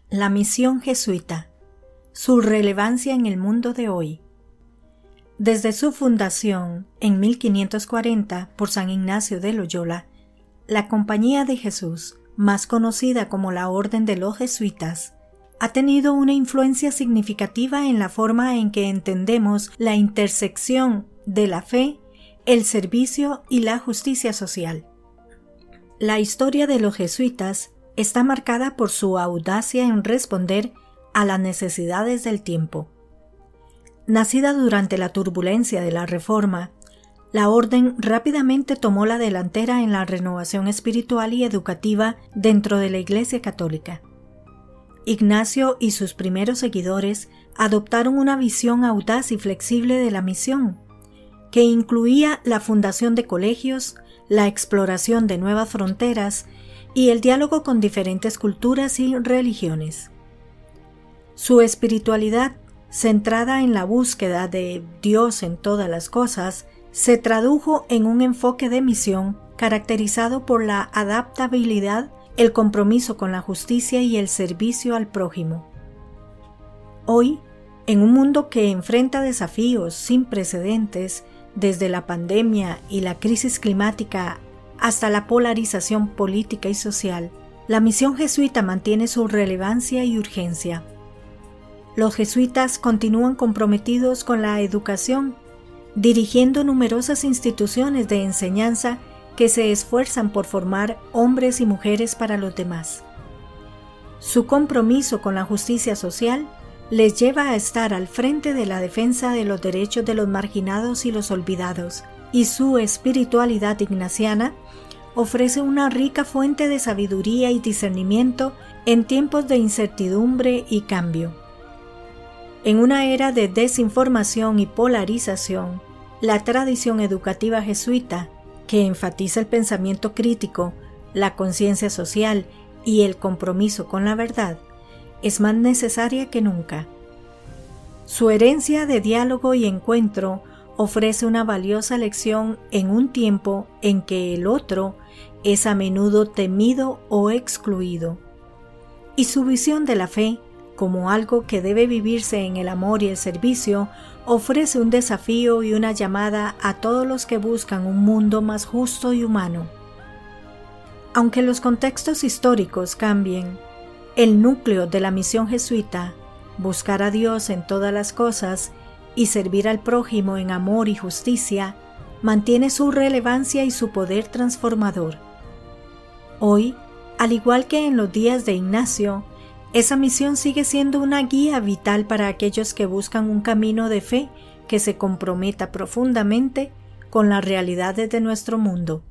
La misión jesuita, su relevancia en el mundo de hoy. Desde su fundación, en 1540, por San Ignacio de Loyola, la Compañía de Jesús, más conocida como la Orden de los Jesuitas, ha tenido una influencia significativa en la forma en que entendemos la intersección de la fe, el servicio y la justicia social. La historia de los jesuitas está marcada por su audacia en responder a las necesidades del tiempo. Nacida durante la turbulencia de la Reforma, la Orden rápidamente tomó la delantera en la renovación espiritual y educativa dentro de la Iglesia Católica. Ignacio y sus primeros seguidores adoptaron una visión audaz y flexible de la misión, que incluía la fundación de colegios, la exploración de nuevas fronteras y el diálogo con diferentes culturas y religiones. Su espiritualidad, centrada en la búsqueda de Dios en todas las cosas, se tradujo en un enfoque de misión caracterizado por la adaptabilidad, el compromiso con la justicia y el servicio al prójimo. Hoy, en un mundo que enfrenta desafíos sin precedentes, desde la pandemia y la crisis climática hasta la polarización política y social, la misión jesuita mantiene su relevancia y urgencia. Los jesuitas continúan comprometidos con la educación, dirigiendo numerosas instituciones de enseñanza que se esfuerzan por formar hombres y mujeres para los demás. Su compromiso con la justicia social les lleva a estar al frente de la defensa de los derechos de los marginados y los olvidados, y su espiritualidad ignaciana ofrece una rica fuente de sabiduría y discernimiento en tiempos de incertidumbre y cambio. En una era de desinformación y polarización, la tradición educativa jesuita, que enfatiza el pensamiento crítico, la conciencia social y el compromiso con la verdad, es más necesaria que nunca. Su herencia de diálogo y encuentro ofrece una valiosa lección en un tiempo en que el otro es a menudo temido o excluido. Y su visión de la fe, como algo que debe vivirse en el amor y el servicio, ofrece un desafío y una llamada a todos los que buscan un mundo más justo y humano. Aunque los contextos históricos cambien, el núcleo de la misión jesuita, buscar a Dios en todas las cosas y servir al prójimo en amor y justicia, mantiene su relevancia y su poder transformador. Hoy, al igual que en los días de Ignacio, esa misión sigue siendo una guía vital para aquellos que buscan un camino de fe que se comprometa profundamente con las realidades de nuestro mundo.